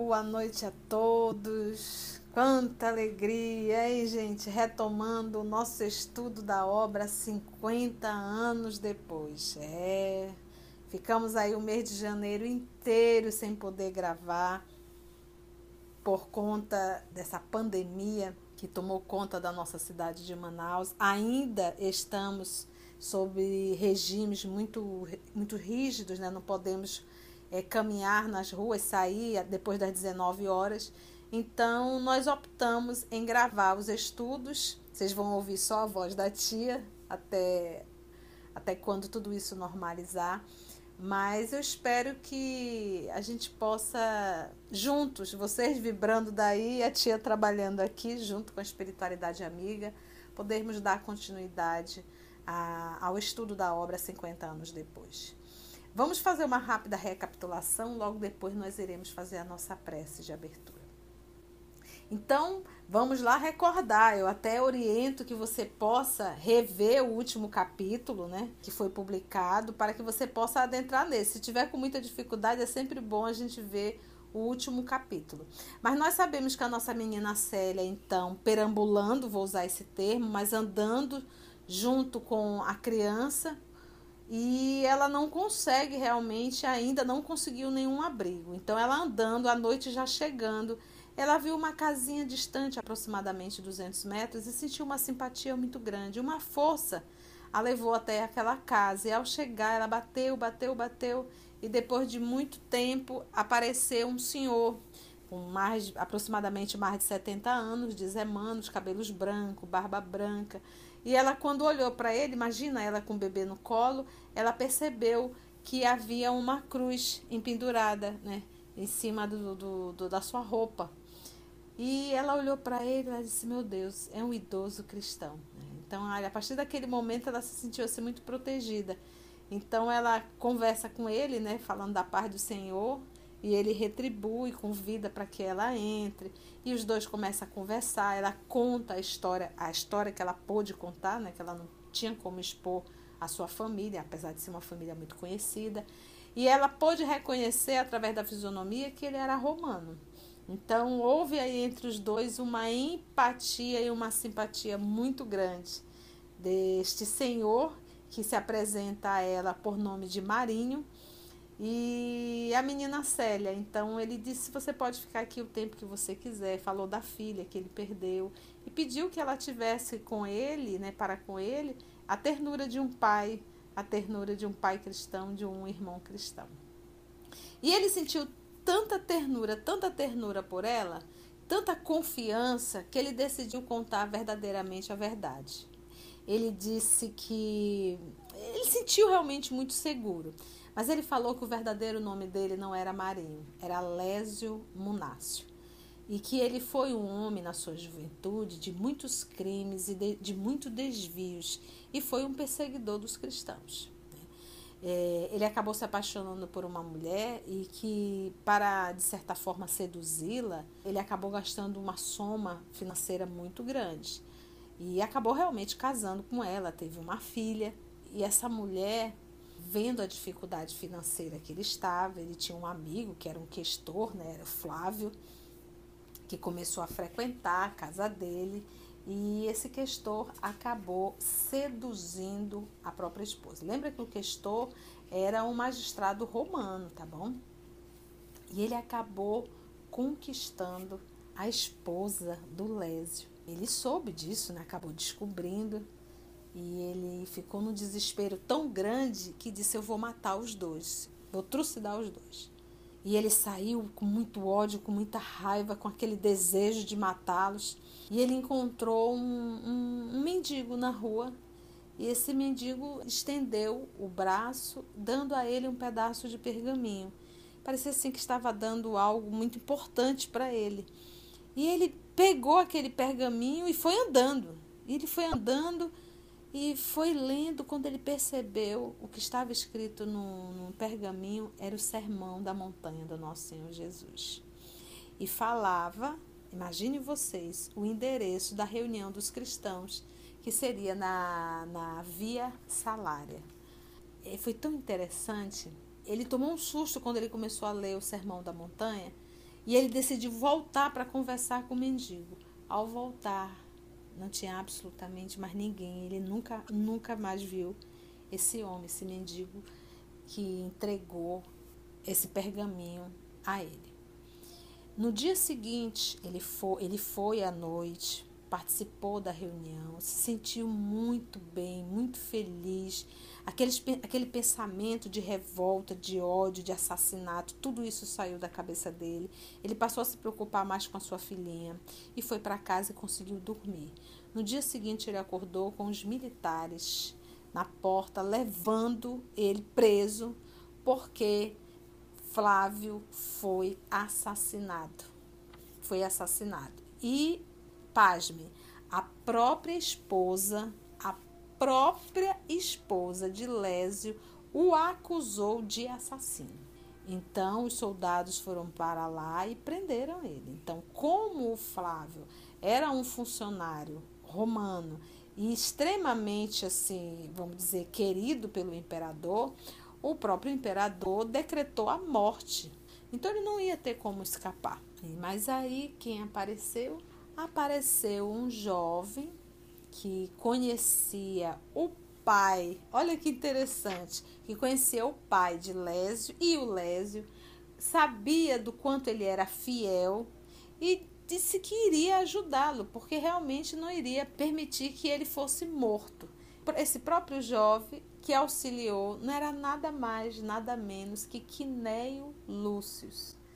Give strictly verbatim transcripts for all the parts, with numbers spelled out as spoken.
Boa noite a todos. Quanta alegria, hein, gente? Retomando o nosso estudo da obra cinquenta anos depois. É, ficamos aí o mês de janeiro inteiro sem poder gravar por conta dessa pandemia que tomou conta da nossa cidade de Manaus. Ainda estamos sob regimes muito, muito rígidos, né? Não podemos é, caminhar nas ruas, sair depois das dezenove horas. Então, nós optamos em gravar os estudos. Vocês vão ouvir só a voz da tia até, até quando tudo isso normalizar. Mas eu espero que a gente possa, juntos, vocês vibrando daí, a tia trabalhando aqui, junto com a espiritualidade amiga, podermos dar continuidade a, ao estudo da obra cinquenta anos depois. Vamos fazer uma rápida recapitulação, logo depois nós iremos fazer a nossa prece de abertura. Então, vamos lá recordar. Eu até oriento que você possa rever o último capítulo, né, que foi publicado, para que você possa adentrar nesse. Se tiver com muita dificuldade, é sempre bom a gente ver o último capítulo. Mas nós sabemos que a nossa menina Célia, então, perambulando, vou usar esse termo, mas andando junto com a criança, e ela não consegue realmente, ainda não conseguiu nenhum abrigo. Então, ela andando, a noite já chegando, ela viu uma casinha distante, aproximadamente duzentos metros, e sentiu uma simpatia muito grande. Uma força a levou até aquela casa. E ao chegar, ela bateu, bateu, bateu. E depois de muito tempo, apareceu um senhor com mais, aproximadamente mais de setenta anos, de zemanos, cabelos brancos, barba branca. E ela, quando olhou para ele, imagina ela com o bebê no colo, ela percebeu que havia uma cruz empendurada, né, em cima do, do, do, da sua roupa. E ela olhou para ele e disse, meu Deus, é um idoso cristão. Então, a partir daquele momento, ela se sentiu assim, muito protegida. Então, ela conversa com ele, né, falando da paz do Senhor, e ele retribui, convida para que ela entre, e os dois começam a conversar. Ela conta a história, a história que ela pôde contar, né, que ela não tinha como expor a sua família, apesar de ser uma família muito conhecida, e ela pôde reconhecer, através da fisionomia, que ele era romano. Então, houve aí entre os dois uma empatia e uma simpatia muito grande deste senhor, que se apresenta a ela por nome de Marinho, e a menina Célia. Então, ele disse, você pode ficar aqui o tempo que você quiser. Falou da filha que ele perdeu e pediu que ela tivesse com ele, né, para com ele, a ternura de um pai, a ternura de um pai cristão, de um irmão cristão. E ele sentiu tanta ternura, tanta ternura por ela, tanta confiança, que ele decidiu contar verdadeiramente a verdade. Ele disse que ele sentiu realmente muito seguro, mas ele falou que o verdadeiro nome dele não era Marinho, era Lésio Munácio, e que ele foi um homem na sua juventude de muitos crimes e de, de muitos desvios, e foi um perseguidor dos cristãos. É, ele acabou se apaixonando por uma mulher e que, para, de certa forma, seduzi-la, ele acabou gastando uma soma financeira muito grande. E acabou realmente casando com ela, teve uma filha. E essa mulher, vendo a dificuldade financeira que ele estava, ele tinha um amigo que era um questor, né, era o Flávio, que começou a frequentar a casa dele. E esse questor acabou seduzindo a própria esposa. Lembra que o questor era um magistrado romano, tá bom? E ele acabou conquistando a esposa do Lésio. Ele soube disso, né? Acabou descobrindo. E ele ficou num desespero tão grande que disse, eu vou matar os dois. Vou trucidar os dois. E ele saiu com muito ódio, com muita raiva, com aquele desejo de matá-los. E ele encontrou um, um, um mendigo na rua. E esse mendigo estendeu o braço, dando a ele um pedaço de pergaminho. Parecia assim que estava dando algo muito importante para ele. E ele pegou aquele pergaminho e foi andando. E ele foi andando e foi lendo. Quando ele percebeu o que estava escrito no, no pergaminho, era o sermão da montanha do nosso Senhor Jesus. E falava, imagine vocês, o endereço da reunião dos cristãos, que seria na, na Via Salária. E foi tão interessante. Ele tomou um susto quando ele começou a ler o sermão da montanha E ele decidiu voltar para conversar com o mendigo. Ao voltar, não tinha absolutamente mais ninguém. Ele nunca, nunca mais viu esse homem, esse mendigo que entregou esse pergaminho a ele. No dia seguinte, ele foi, ele foi à noite, participou da reunião, se sentiu muito bem, muito feliz. Aqueles, aquele pensamento de revolta, de ódio, de assassinato, tudo isso saiu da cabeça dele. Ele passou a se preocupar mais com a sua filhinha e foi para casa e conseguiu dormir. No dia seguinte, ele acordou com os militares na porta, levando ele preso, porque Flávio foi assassinado. Foi assassinado. E, pasme, a própria esposa, a própria esposa de Lésio o acusou de assassino. Então, os soldados foram para lá e prenderam ele. Então, como o Flávio era um funcionário romano e extremamente, assim, vamos dizer, querido pelo imperador, o próprio imperador decretou a morte. Então ele não ia ter como escapar. Mas aí quem apareceu? Apareceu um jovem que conhecia o pai. Olha que interessante, que conhecia o pai de Lésio, e o Lésio sabia do quanto ele era fiel e disse que iria ajudá-lo, porque realmente não iria permitir que ele fosse morto. Esse próprio jovem que auxiliou não era nada mais, nada menos que Quinéio Lúcio.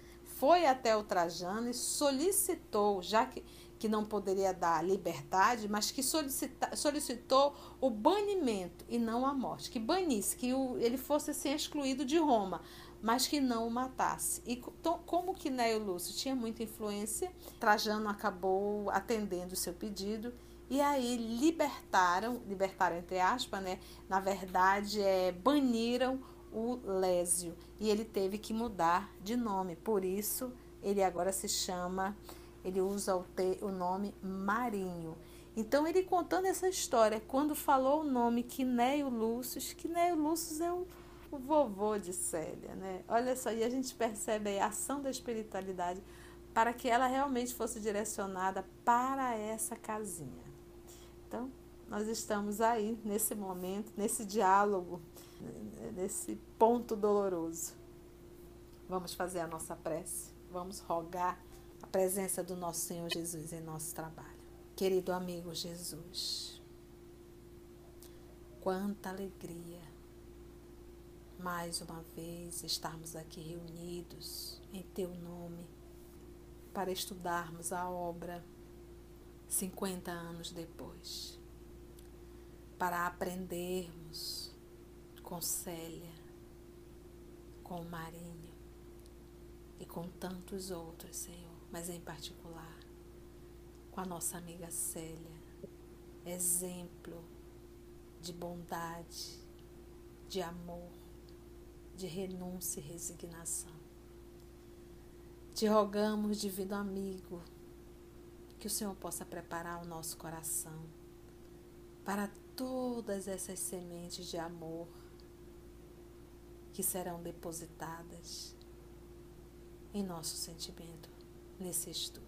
Foi até o Trajano e solicitou, já que, que não poderia dar liberdade, mas que solicita, solicitou o banimento e não a morte. Que banisse, que o, ele fosse assim, excluído de Roma, mas que não o matasse. E então, como Quinéio Lúcio tinha muita influência, Trajano acabou atendendo o seu pedido. E aí libertaram, libertaram entre aspas, né? Na verdade, é, baniram o Lésio. E ele teve que mudar de nome. Por isso, ele agora se chama, ele usa o, te, o nome Marinho. Então, ele contando essa história, quando falou o nome Quinéio Lúcio, Quinéio Lúcio é o, o vovô de Célia, né? Olha só, e a gente percebe aí a ação da espiritualidade para que ela realmente fosse direcionada para essa casinha. Então, nós estamos aí, nesse momento, nesse diálogo, nesse ponto doloroso. Vamos fazer a nossa prece, vamos rogar a presença do nosso Senhor Jesus em nosso trabalho. Querido amigo Jesus, quanta alegria, mais uma vez, estarmos aqui reunidos em Teu nome, para estudarmos a obra cinquenta anos depois, para aprendermos com Célia, com Marinho e com tantos outros, Senhor, mas em particular com a nossa amiga Célia, exemplo de bondade, de amor, de renúncia e resignação. Te rogamos, divino amigo, que o Senhor possa preparar o nosso coração para todas essas sementes de amor que serão depositadas em nosso sentimento nesse estudo.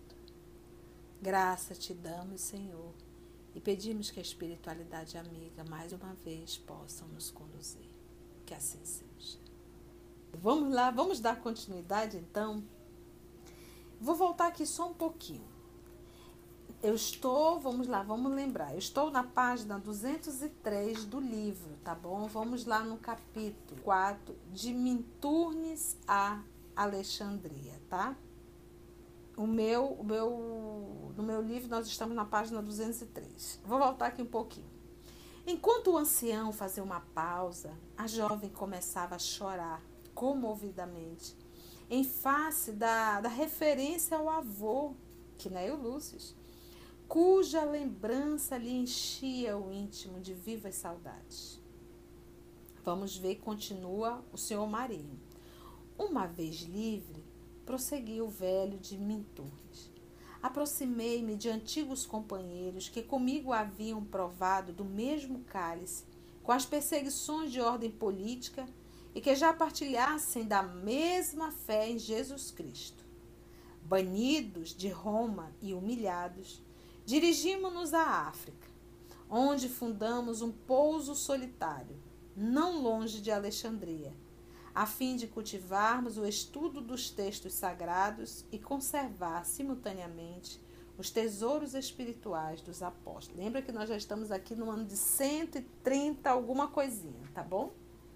Graça te damos, Senhor, e pedimos que a espiritualidade amiga mais uma vez possa nos conduzir. Que assim seja. Vamos lá, vamos dar continuidade então. Vou voltar aqui só um pouquinho. Eu estou, vamos lá, vamos lembrar. Eu estou na página duzentos e três do livro, tá bom? Vamos lá no capítulo quatro, de Minturnes a Alexandria, tá? O meu, o meu, no meu livro nós estamos na página duzentos e três. Vou voltar aqui um pouquinho. Enquanto o ancião fazia uma pausa, a jovem começava a chorar comovidamente, em face da, da referência ao avô, Quinéio Lúcio, cuja lembrança lhe enchia o íntimo de vivas saudades. Vamos ver, continua o senhor Marinho. Uma vez livre, prosseguiu o velho de Minturnes. Aproximei-me de antigos companheiros que comigo haviam provado do mesmo cálice, com as perseguições de ordem política, e que já partilhassem da mesma fé em Jesus Cristo. Banidos de Roma e humilhados, dirigimos-nos à África, onde fundamos um pouso solitário, não longe de Alexandria, a fim de cultivarmos o estudo dos textos sagrados e conservar simultaneamente os tesouros espirituais dos apóstolos. Lembra que nós já estamos aqui no ano de cento e trinta alguma coisinha, tá bom?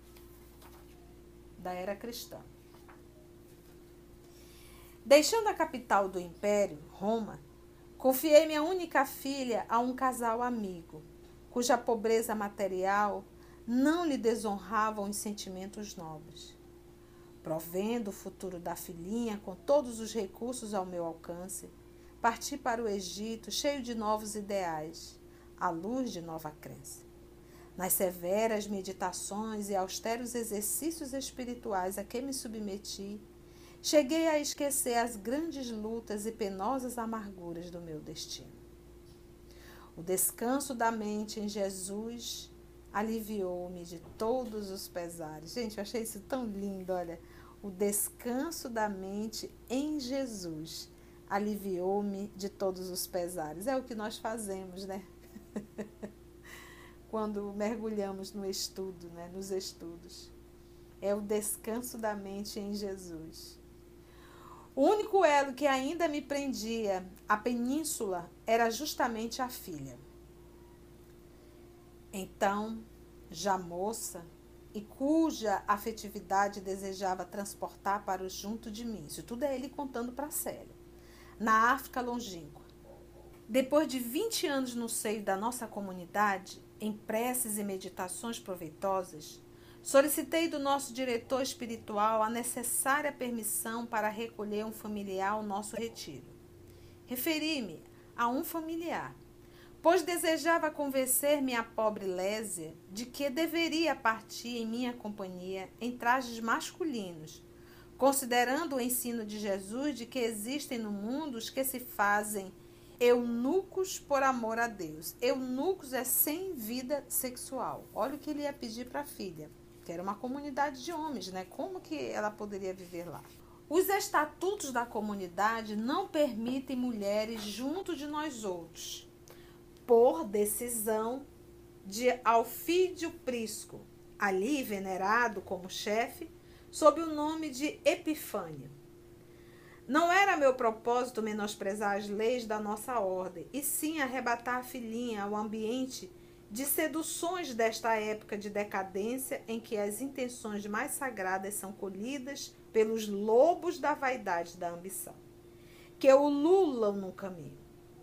Da era cristã. Deixando a capital do império, Roma, confiei minha única filha a um casal amigo, cuja pobreza material não lhe desonravam os sentimentos nobres. Provendo o futuro da filhinha com todos os recursos ao meu alcance, parti para o Egito cheio de novos ideais, à luz de nova crença. Nas severas meditações e austeros exercícios espirituais a que me submeti, cheguei a esquecer as grandes lutas e penosas amarguras do meu destino. O descanso da mente em Jesus aliviou-me de todos os pesares. Gente, eu achei isso tão lindo, olha. O descanso da mente em Jesus aliviou-me de todos os pesares. É o que nós fazemos, né? Quando mergulhamos no estudo, né? Nos estudos. É o descanso da mente em Jesus. O único elo que ainda me prendia à península era justamente a filha. Então, já moça, e cuja afetividade desejava transportar para o junto de mim. Isso tudo é ele contando para Célia. Na África longínqua. Depois de vinte anos no seio da nossa comunidade, em preces e meditações proveitosas, solicitei do nosso diretor espiritual a necessária permissão para recolher um familiar ao nosso retiro. Referi-me a um familiar, pois desejava convencer minha pobre Lésia de que deveria partir em minha companhia em trajes masculinos, considerando o ensino de Jesus de que existem no mundo os que se fazem eunucos por amor a Deus. Eunucos é sem vida sexual. Olha o que ele ia pedir para a filha, que era uma comunidade de homens, né? Como que ela poderia viver lá? Os estatutos da comunidade não permitem mulheres junto de nós outros, por decisão de Alfídio Prisco, ali venerado como chefe, sob o nome de Epifânio. Não era meu propósito menosprezar as leis da nossa ordem, e sim arrebatar a filhinha ao ambiente de seduções desta época de decadência em que as intenções mais sagradas são colhidas pelos lobos da vaidade e da ambição, que ululam no caminho.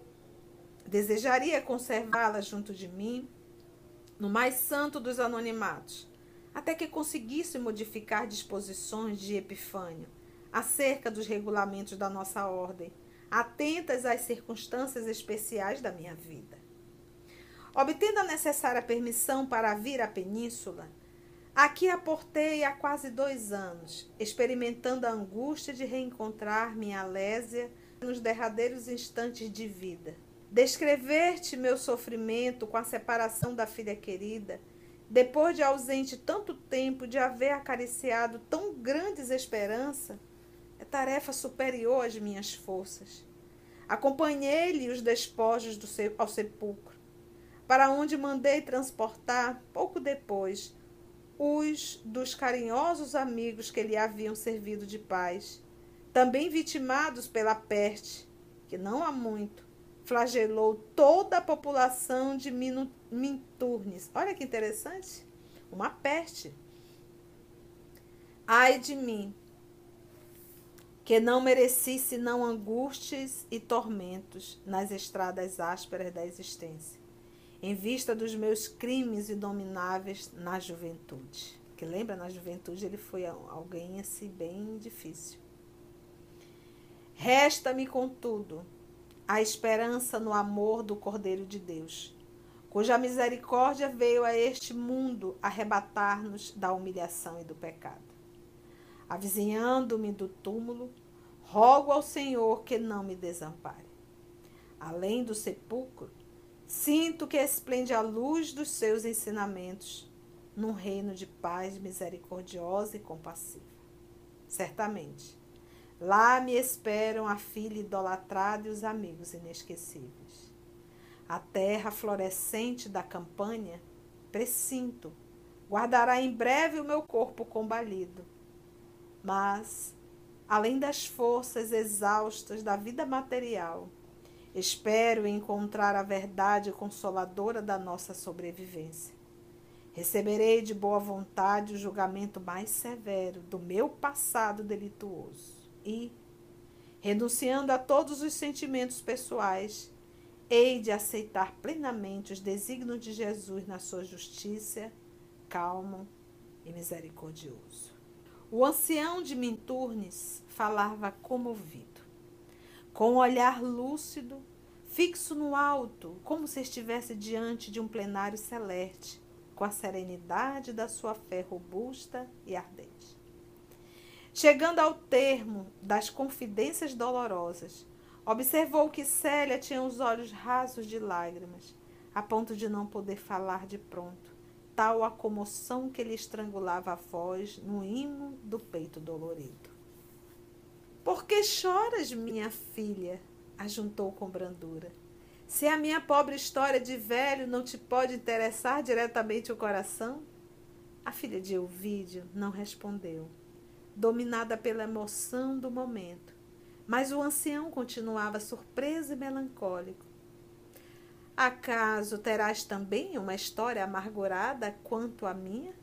Desejaria conservá-la junto de mim, no mais santo dos anonimatos, até que conseguisse modificar disposições de Epifânio acerca dos regulamentos da nossa ordem, atentas às circunstâncias especiais da minha vida. Obtendo a necessária permissão para vir à península, aqui aportei há quase dois anos, experimentando a angústia de reencontrar minha Lésia nos derradeiros instantes de vida. Descrever-te meu sofrimento com a separação da filha querida, depois de ausente tanto tempo de haver acariciado tão grandes esperanças, é tarefa superior às minhas forças. Acompanhei-lhe os despojos do seu, ao sepulcro, para onde mandei transportar, pouco depois, os dos carinhosos amigos que lhe haviam servido de paz, também vitimados pela peste, que não há muito flagelou toda a população de Minturnes. Olha que interessante, uma peste. Ai de mim, que não mereci senão angústias e tormentos nas estradas ásperas da existência, em vista dos meus crimes inomináveis na juventude. Que lembra, na juventude ele foi alguém assim bem difícil. Resta-me, contudo, a esperança no amor do Cordeiro de Deus, cuja misericórdia veio a este mundo arrebatar-nos da humilhação e do pecado. Avizinhando-me do túmulo, rogo ao Senhor que não me desampare. Além do sepulcro, sinto que esplende a luz dos seus ensinamentos num reino de paz misericordiosa e compassiva. Certamente, Lá me esperam a filha idolatrada e os amigos inesquecíveis. A terra florescente da campanha, precinto, guardará em breve o meu corpo combalido. Mas, além das forças exaustas da vida material, espero encontrar a verdade consoladora da nossa sobrevivência. Receberei de boa vontade o julgamento mais severo do meu passado delituoso e, renunciando a todos os sentimentos pessoais, hei de aceitar plenamente os desígnios de Jesus na sua justiça, calmo e misericordioso. O ancião de Minturnes falava comovido, com um olhar lúcido, fixo no alto, como se estivesse diante de um plenário celeste, com a serenidade da sua fé robusta e ardente. Chegando ao termo das confidências dolorosas, observou que Célia tinha os olhos rasos de lágrimas, a ponto de não poder falar de pronto, tal a comoção que lhe estrangulava a voz no imo do peito dolorido. Por que choras, minha filha? Ajuntou com brandura. Se a minha pobre história de velho não te pode interessar diretamente o coração? A filha de Elvídio não respondeu, dominada pela emoção do momento, mas o ancião continuava surpreso e melancólico. Acaso terás também uma história amargurada quanto a minha?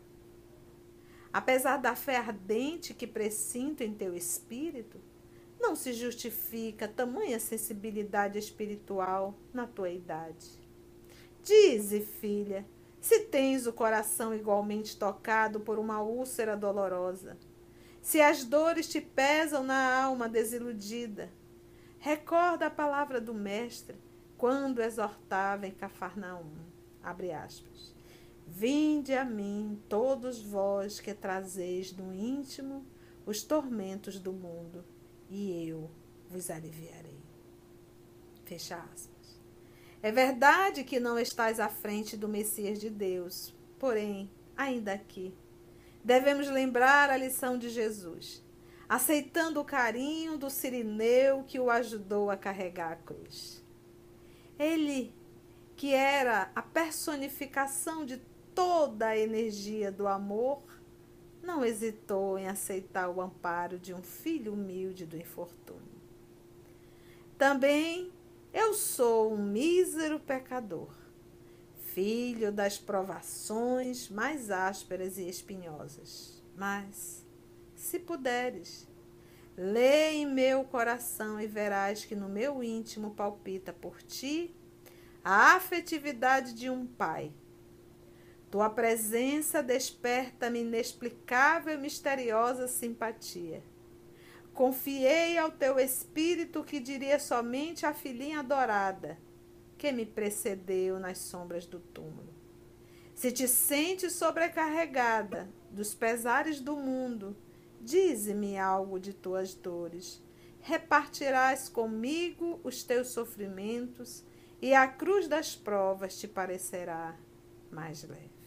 Apesar da fé ardente que pressinto em teu espírito, não se justifica tamanha sensibilidade espiritual na tua idade. Dize, filha, se tens o coração igualmente tocado por uma úlcera dolorosa, se as dores te pesam na alma desiludida. Recorda a palavra do Mestre, quando exortava em Cafarnaum, abre aspas, vinde a mim, todos vós que trazeis no íntimo os tormentos do mundo, e eu vos aliviarei. Fecha aspas. É verdade que não estás à frente do Messias de Deus, porém, ainda aqui, devemos lembrar a lição de Jesus, aceitando o carinho do Cirineu que o ajudou a carregar a cruz. Ele, que era a personificação de toda a energia do amor, não hesitou em aceitar o amparo de um filho humilde do infortúnio. Também eu sou um mísero pecador, filho das provações mais ásperas e espinhosas. Mas, se puderes, lê em meu coração e verás que no meu íntimo palpita por ti a afetividade de um pai. Tua presença desperta-me inexplicável e misteriosa simpatia. Confiei ao teu espírito que diria somente a filhinha adorada, que me precedeu nas sombras do túmulo. Se te sentes sobrecarregada dos pesares do mundo, dize-me algo de tuas dores. Repartirás comigo os teus sofrimentos e a cruz das provas te parecerá mais leve.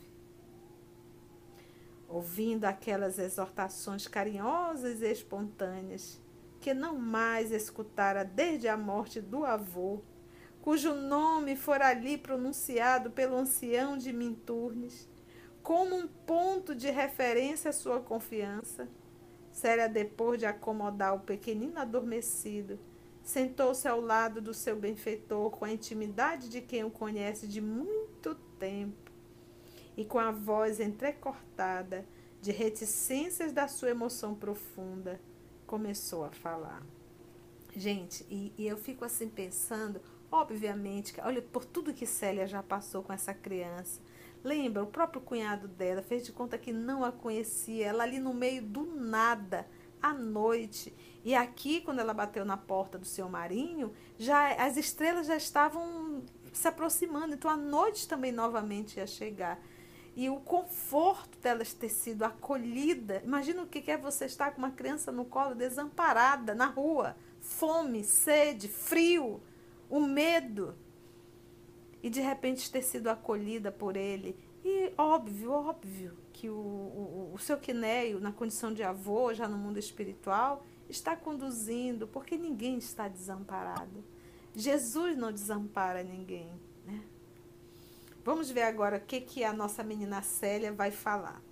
Ouvindo aquelas exortações carinhosas e espontâneas, que não mais escutara desde a morte do avô, cujo nome fora ali pronunciado pelo ancião de Minturnes, como um ponto de referência à sua confiança, Célia, depois de acomodar o pequenino adormecido, sentou-se ao lado do seu benfeitor com a intimidade de quem o conhece de muito tempo, e com a voz entrecortada de reticências da sua emoção profunda, começou a falar. Gente, e, e eu fico assim pensando, obviamente, olha, por tudo que Célia já passou com essa criança. Lembra, o próprio cunhado dela fez de conta que não a conhecia, ela ali no meio do nada, à noite. E aqui, quando ela bateu na porta do seu Marinho, já, as estrelas já estavam se aproximando, então a noite também novamente ia chegar. E o conforto dela ter sido acolhida. Imagina o que é você estar com uma criança no colo desamparada, na rua. Fome, sede, frio, o medo. E de repente ter sido acolhida por ele. E óbvio, óbvio que o, o, o seu Quinéio, na condição de avô, já no mundo espiritual, está conduzindo, porque ninguém está desamparado. Jesus não desampara ninguém, né? Vamos ver agora o que, que a nossa menina Célia vai falar.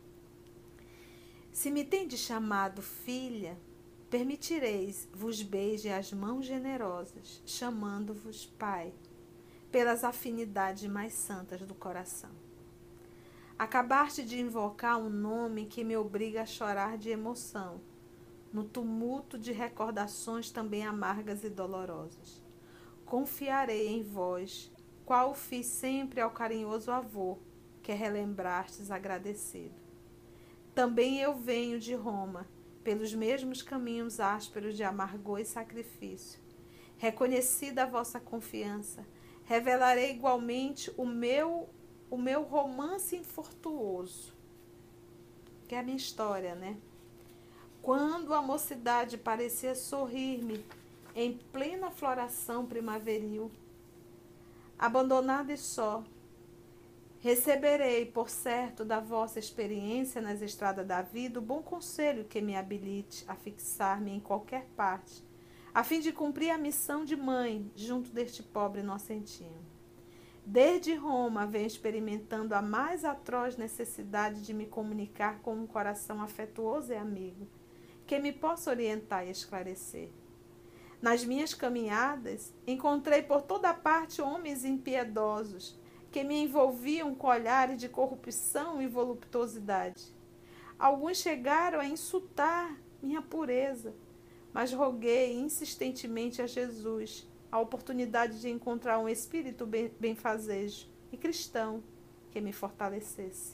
Se me tendes chamado filha, permitireis vos beije as mãos generosas, chamando-vos Pai, pelas afinidades mais santas do coração. Acabaste de invocar um nome que me obriga a chorar de emoção, no tumulto de recordações também amargas e dolorosas. Confiarei em vós, qual fiz sempre ao carinhoso avô, que relembrastes agradecido. Também eu venho de Roma, pelos mesmos caminhos ásperos de amargor e sacrifício. Reconhecida a vossa confiança, revelarei igualmente o meu, o meu romance infrutuoso, que é a minha história, né? Quando a mocidade parecia sorrir-me em plena floração primaveril, abandonada e só, receberei, por certo, da vossa experiência nas estradas da vida, o bom conselho que me habilite a fixar-me em qualquer parte, a fim de cumprir a missão de mãe junto deste pobre inocentinho. Desde Roma venho experimentando a mais atroz necessidade de me comunicar com um coração afetuoso e amigo, que me possa orientar e esclarecer. Nas minhas caminhadas, encontrei por toda parte homens impiedosos, que me envolviam com olhares de corrupção e voluptuosidade. Alguns chegaram a insultar minha pureza, mas roguei insistentemente a Jesus a oportunidade de encontrar um espírito benfazejo e cristão que me fortalecesse.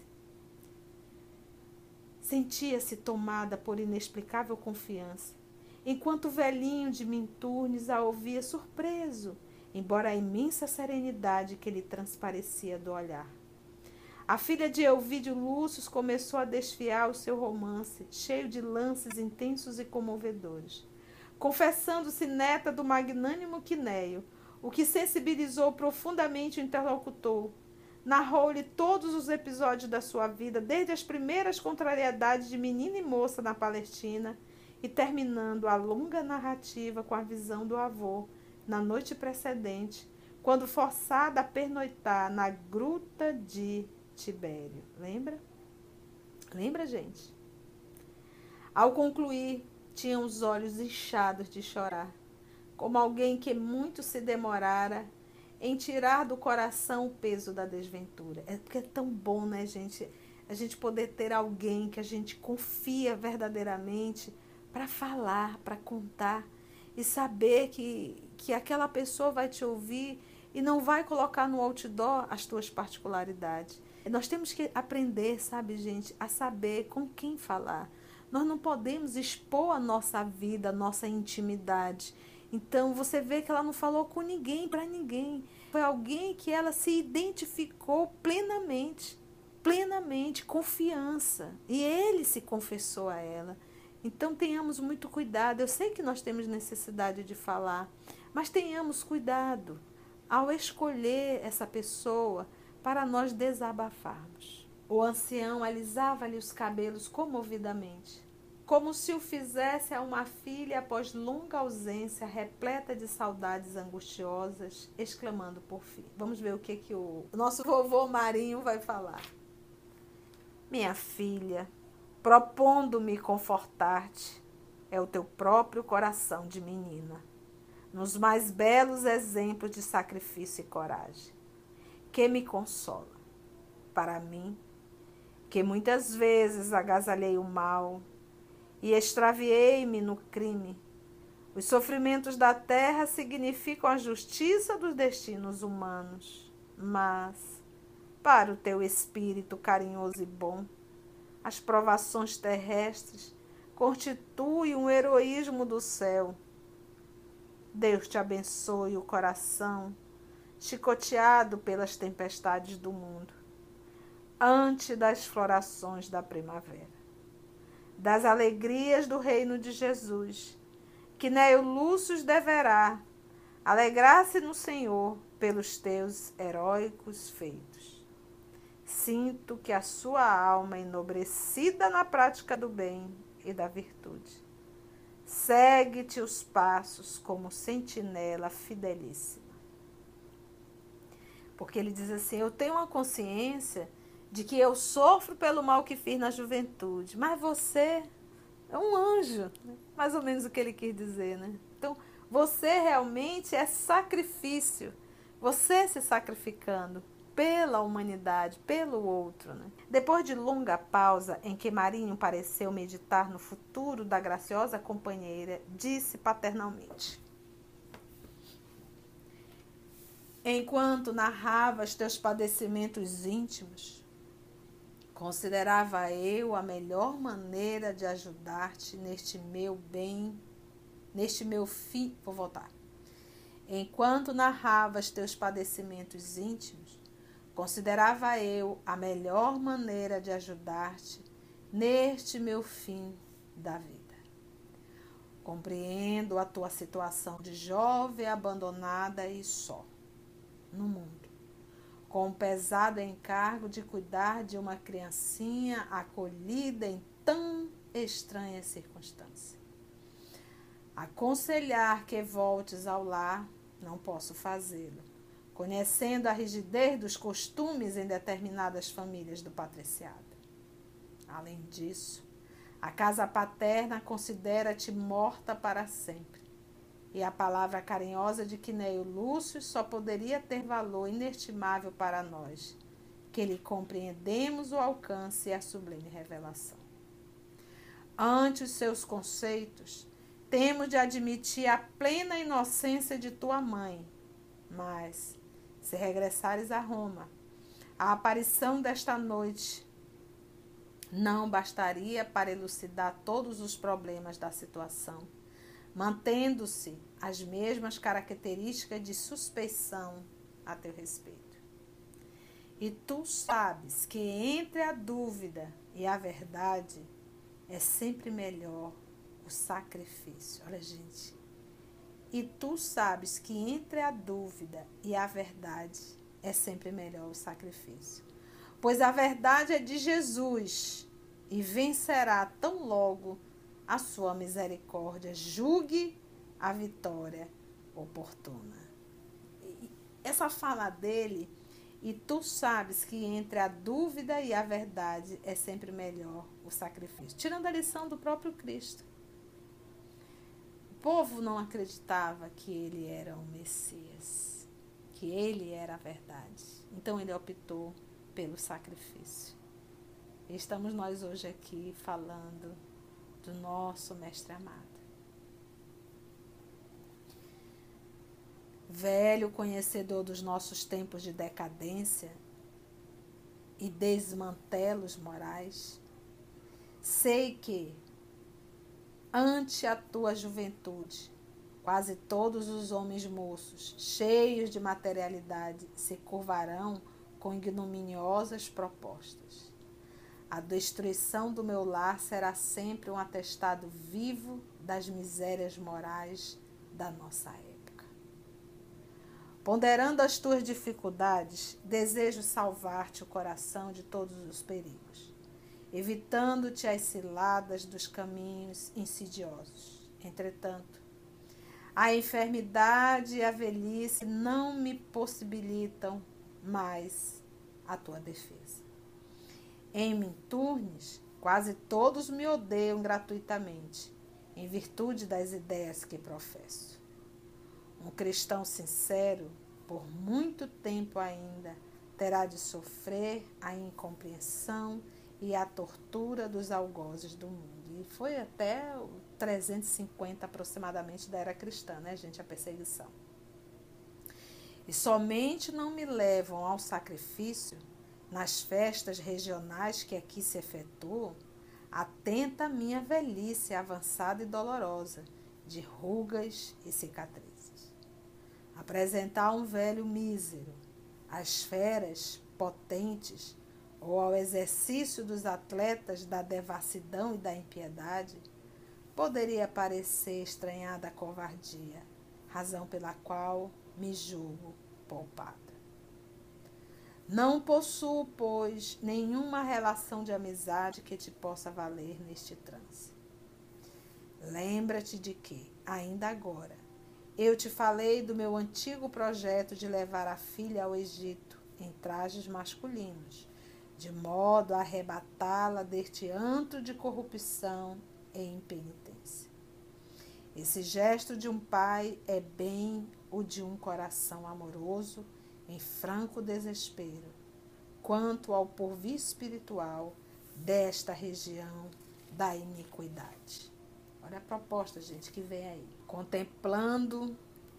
Sentia-se tomada por inexplicável confiança, enquanto o velhinho de Minturnes a ouvia surpreso, embora a imensa serenidade que lhe transparecia do olhar. A filha de Elvídio Lúcio começou a desfiar o seu romance, cheio de lances intensos e comovedores, confessando-se neta do magnânimo Quinéio, o que sensibilizou profundamente o interlocutor. Narrou-lhe todos os episódios da sua vida, desde as primeiras contrariedades de menina e moça na Palestina, e terminando a longa narrativa com a visão do avô, na noite precedente, quando forçada a pernoitar na gruta de Tibério. Lembra? Lembra, gente? Ao concluir, tinha os olhos inchados de chorar, como alguém que muito se demorara em tirar do coração o peso da desventura. É porque é tão bom, né, gente? A gente poder ter alguém que a gente confia verdadeiramente para falar, para contar, e saber que, que aquela pessoa vai te ouvir e não vai colocar no outdoor as tuas particularidades. Nós temos que aprender, sabe, gente, a saber com quem falar. Nós não podemos expor a nossa vida, a nossa intimidade. Então, você vê que ela não falou com ninguém, para ninguém. Foi alguém que ela se identificou plenamente, plenamente, confiança. E ele se confessou a ela. Então, tenhamos muito cuidado. Eu sei que nós temos necessidade de falar, mas tenhamos cuidado ao escolher essa pessoa para nós desabafarmos. O ancião alisava-lhe os cabelos comovidamente, como se o fizesse a uma filha após longa ausência, repleta de saudades angustiosas, exclamando por fim. Vamos ver o que, que o nosso vovô Marinho vai falar. Minha filha, propondo-me confortar-te, é o teu próprio coração de menina, nos mais belos exemplos de sacrifício e coragem, que me consola. Para mim, que muitas vezes agasalhei o mal e extraviei-me no crime, os sofrimentos da terra significam a justiça dos destinos humanos, mas, para o teu espírito carinhoso e bom, as provações terrestres constituem um heroísmo do céu. Deus te abençoe o coração, chicoteado pelas tempestades do mundo, antes das florações da primavera, das alegrias do reino de Jesus, que Quinéio Lúcio deverá alegrar-se no Senhor pelos teus heróicos feitos. Sinto que a sua alma, enobrecida na prática do bem e da virtude, Segue-te os passos como sentinela fidelíssima. Porque ele diz assim, eu tenho uma consciência de que eu sofro pelo mal que fiz na juventude, mas você é um anjo, né? Mais ou menos o que ele quis dizer, né? Então, você realmente é sacrifício, você se sacrificando pela humanidade, pelo outro, né? Depois de longa pausa em que Marinho pareceu meditar no futuro da graciosa companheira, disse paternalmente: enquanto narravas teus padecimentos íntimos, considerava eu a melhor maneira de ajudar-te neste meu bem, neste meu fim. Vou voltar. Enquanto narravas teus padecimentos íntimos, considerava eu a melhor maneira de ajudar-te neste meu fim da vida. Compreendo a tua situação de jovem abandonada e só no mundo, com o pesado encargo de cuidar de uma criancinha acolhida em tão estranha circunstância. Aconselhar que voltes ao lar, não posso fazê-lo, conhecendo a rigidez dos costumes em determinadas famílias do patriciado. Além disso, a casa paterna considera-te morta para sempre, e a palavra carinhosa de Quinéio Lúcio só poderia ter valor inestimável para nós, que lhe compreendemos o alcance e a sublime revelação. Ante os seus conceitos, temos de admitir a plena inocência de tua mãe, mas, se regressares a Roma, a aparição desta noite não bastaria para elucidar todos os problemas da situação, mantendo-se as mesmas características de suspeição a teu respeito. E tu sabes que entre a dúvida e a verdade é sempre melhor o sacrifício. Olha, gente. E tu sabes que entre a dúvida e a verdade é sempre melhor o sacrifício. Pois a verdade é de Jesus e vencerá tão logo a sua misericórdia julgue a vitória oportuna. E essa fala dele, e tu sabes que entre a dúvida e a verdade é sempre melhor o sacrifício. Tirando a lição do próprio Cristo. O povo não acreditava que ele era o Messias, que ele era a verdade. Então ele optou pelo sacrifício. E estamos nós hoje aqui falando do nosso mestre amado. Velho conhecedor dos nossos tempos de decadência e desmantelos morais, sei que, ante a tua juventude, quase todos os homens moços, cheios de materialidade, se curvarão com ignominiosas propostas. A destruição do meu lar será sempre um atestado vivo das misérias morais da nossa época. Ponderando as tuas dificuldades, desejo salvar-te o coração de todos os perigos, evitando-te as ciladas dos caminhos insidiosos. Entretanto, a enfermidade e a velhice não me possibilitam mais a tua defesa. Em Minturnes, quase todos me odeiam gratuitamente, em virtude das ideias que professo. Um cristão sincero, por muito tempo ainda, terá de sofrer a incompreensão e a tortura dos algozes do mundo. E foi até o trezentos e cinquenta aproximadamente da era cristã, né, gente, a perseguição. E somente não me levam ao sacrifício nas festas regionais que aqui se efetuam, atenta a minha velhice avançada e dolorosa, de rugas e cicatrizes. Apresentar um velho mísero, às feras potentes, ou ao exercício dos atletas da devassidão e da impiedade, poderia parecer estranhada a covardia, razão pela qual me julgo poupada. Não possuo, pois, nenhuma relação de amizade que te possa valer neste trance. Lembra-te de que, ainda agora, eu te falei do meu antigo projeto de levar a filha ao Egito em trajes masculinos, de modo a arrebatá-la deste antro de corrupção e impenitência. Esse gesto de um pai é bem o de um coração amoroso em franco desespero quanto ao porvir espiritual desta região da iniquidade. Olha a proposta, gente, que vem aí. Contemplando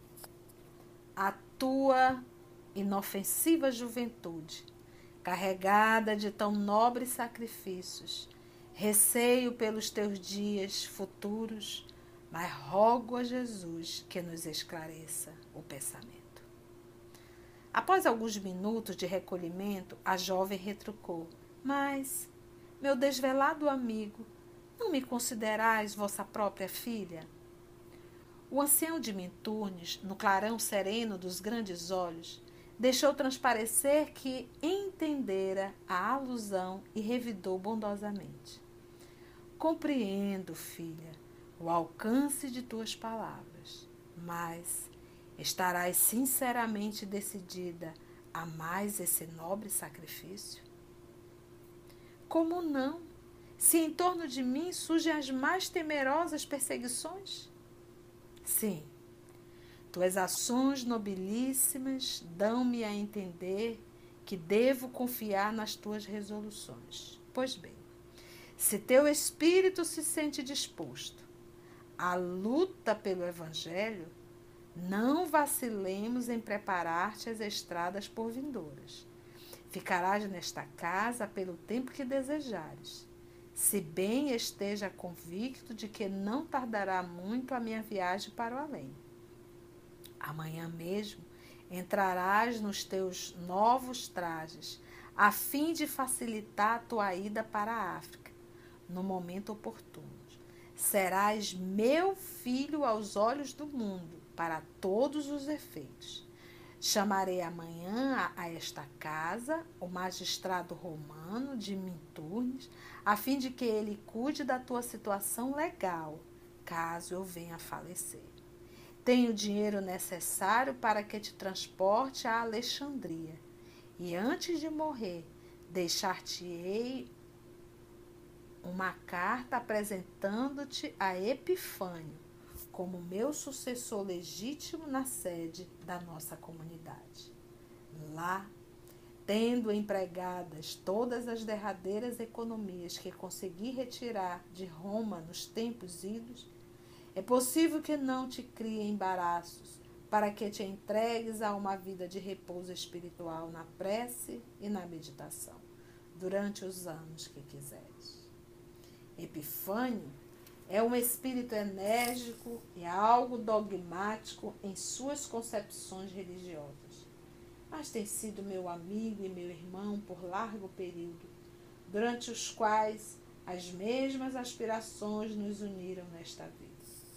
a tua inofensiva juventude, carregada de tão nobres sacrifícios, receio pelos teus dias futuros, mas rogo a Jesus que nos esclareça o pensamento. Após alguns minutos de recolhimento, a jovem retrucou: Mas, meu desvelado amigo, não me considerais vossa própria filha? O ancião de Minturnes, no clarão sereno dos grandes olhos, deixou transparecer que entendera a alusão e revidou bondosamente. Compreendo, filha, o alcance de tuas palavras, mas estarás sinceramente decidida a mais esse nobre sacrifício? Como não, se em torno de mim surgem as mais temerosas perseguições? Sim, tuas ações nobilíssimas dão-me a entender que devo confiar nas tuas resoluções. Pois bem, se teu espírito se sente disposto à luta pelo Evangelho, não vacilemos em preparar-te as estradas por vindouras. Ficarás nesta casa pelo tempo que desejares, se bem esteja convicto de que não tardará muito a minha viagem para o além. Amanhã mesmo entrarás nos teus novos trajes, a fim de facilitar a tua ida para a África, no momento oportuno. Serás meu filho aos olhos do mundo, para todos os efeitos. Chamarei amanhã a, a esta casa o magistrado romano de Minturnes, a fim de que ele cuide da tua situação legal, caso eu venha a falecer. Tenho o dinheiro necessário para que te transporte a Alexandria, e antes de morrer, deixar-te-ei uma carta apresentando-te a Epifânio como meu sucessor legítimo na sede da nossa comunidade. Lá, tendo empregadas todas as derradeiras economias que consegui retirar de Roma nos tempos idos, é possível que não te crie embaraços para que te entregues a uma vida de repouso espiritual na prece e na meditação, durante os anos que quiseres. Epifânio é um espírito enérgico e algo dogmático em suas concepções religiosas, mas tem sido meu amigo e meu irmão por largo período, durante os quais as mesmas aspirações nos uniram nesta vida.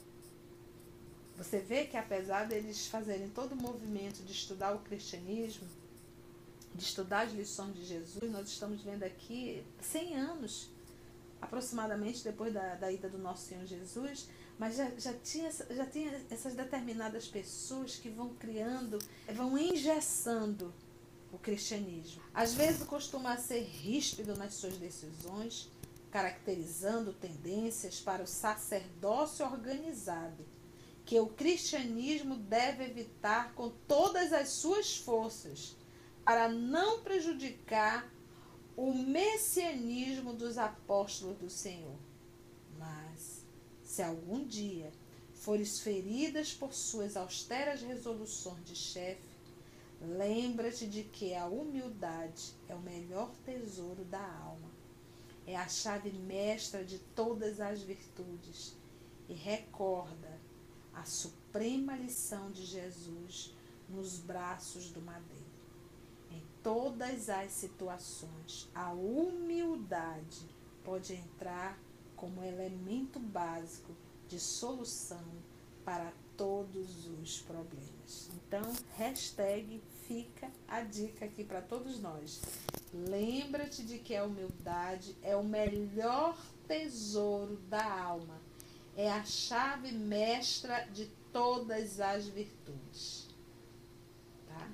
Você vê que apesar deles fazerem todo o movimento de estudar o cristianismo, de estudar as lições de Jesus, nós estamos vendo aqui cem anos aproximadamente depois da, da ida do nosso Senhor Jesus, mas já, já, tinha, já tinha essas determinadas pessoas que vão criando, vão engessando o cristianismo. Às vezes costuma ser ríspido nas suas decisões, caracterizando tendências para o sacerdócio organizado, que o cristianismo deve evitar com todas as suas forças, para não prejudicar o messianismo dos apóstolos do Senhor. Mas, se algum dia fores feridas por suas austeras resoluções de chefe, lembra-te de que a humildade é o melhor tesouro da alma, é a chave mestra de todas as virtudes, e recorda a suprema lição de Jesus nos braços do madeiro. Em todas as situações, a humildade pode entrar como elemento básico de solução para todos os problemas. Então, hashtag fica a dica aqui para todos nós. Lembra-te de que a humildade é o melhor tesouro da alma. é a chave mestra de todas as virtudes. Tá?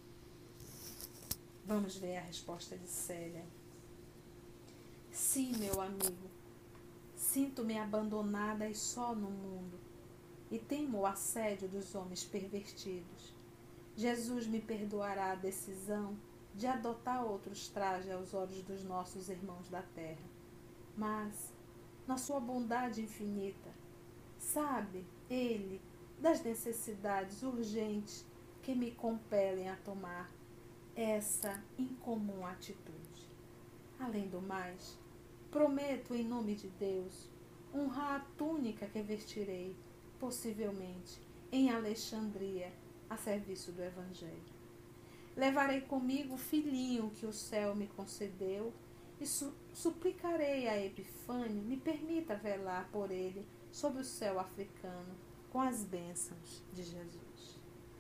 Vamos ver a resposta de Célia. Sim, meu amigo, sinto-me abandonada e só no mundo, e temo o assédio dos homens pervertidos. Jesus me perdoará a decisão de adotar outros trajes aos olhos dos nossos irmãos da terra. Mas, na sua bondade infinita, sabe Ele das necessidades urgentes que me compelem a tomar essa incomum atitude. Além do mais, prometo em nome de Deus honrar a túnica que vestirei, possivelmente em Alexandria, a serviço do Evangelho. Levarei comigo o filhinho que o céu me concedeu e su- suplicarei a Epifânio me permita velar por ele sob o céu africano com as bênçãos de Jesus.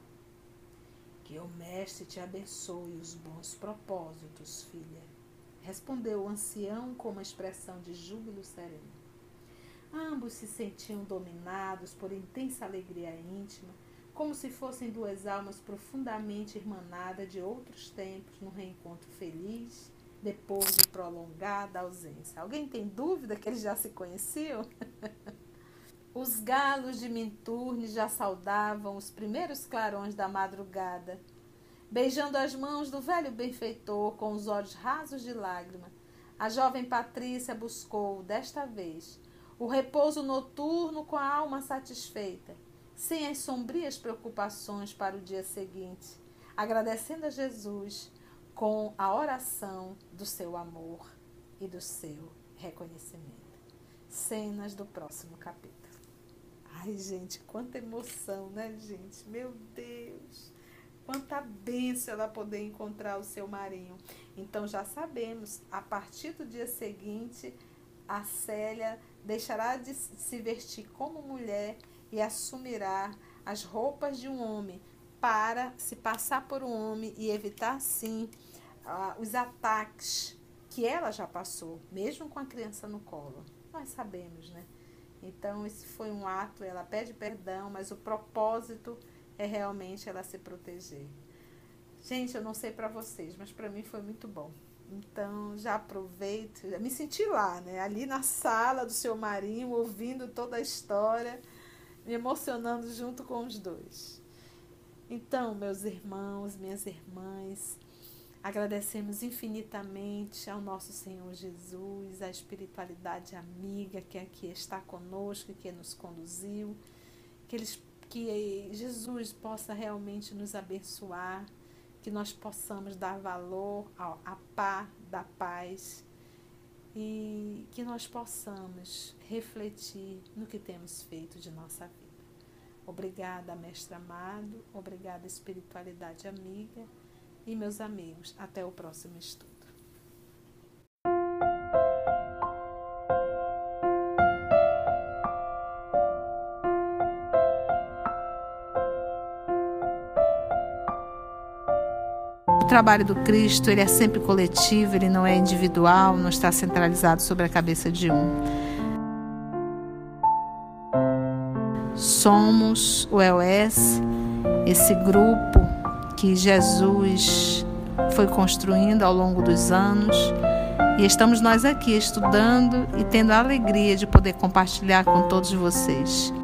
Que o Mestre te abençoe os bons propósitos, filha, respondeu o ancião com uma expressão de júbilo sereno. Ambos se sentiam dominados por intensa alegria íntima, como se fossem duas almas profundamente irmanadas de outros tempos, num reencontro feliz, depois de prolongada ausência. Alguém tem dúvida que eles já se conheciam? Os galos de Minturne já saudavam os primeiros clarões da madrugada. Beijando as mãos do velho benfeitor com os olhos rasos de lágrima, a jovem Patrícia buscou, desta vez, o repouso noturno com a alma satisfeita, sem as sombrias preocupações para o dia seguinte, agradecendo a Jesus com a oração do seu amor e do seu reconhecimento. Cenas do próximo capítulo. Ai, gente, quanta emoção, né, gente? Meu Deus! Quanta bênção ela poder encontrar o seu marinho. Então, já sabemos, a partir do dia seguinte, a Célia deixará de se vestir como mulher e assumirá as roupas de um homem para se passar por um homem e evitar, sim, uh, os ataques que ela já passou, mesmo com a criança no colo. Nós sabemos, né? Então, esse foi um ato, ela pede perdão, mas o propósito é realmente ela se proteger. Gente, eu não sei para vocês, mas para mim foi muito bom. Então, já aproveito, já me senti lá, né? Ali na sala do seu marinho, ouvindo toda a história, me emocionando junto com os dois. Então, meus irmãos, minhas irmãs, agradecemos infinitamente ao nosso Senhor Jesus, à espiritualidade amiga que aqui está conosco e que nos conduziu, que, eles, que Jesus possa realmente nos abençoar, que nós possamos dar valor à paz da paz e que nós possamos refletir no que temos feito de nossa vida. Obrigada, mestre amado, obrigada, espiritualidade amiga e meus amigos. Até o próximo estudo. O trabalho do Cristo, ele é sempre coletivo, ele não é individual, não está centralizado sobre a cabeça de um. Somos o E O S, esse grupo que Jesus foi construindo ao longo dos anos, e estamos nós aqui estudando e tendo a alegria de poder compartilhar com todos vocês.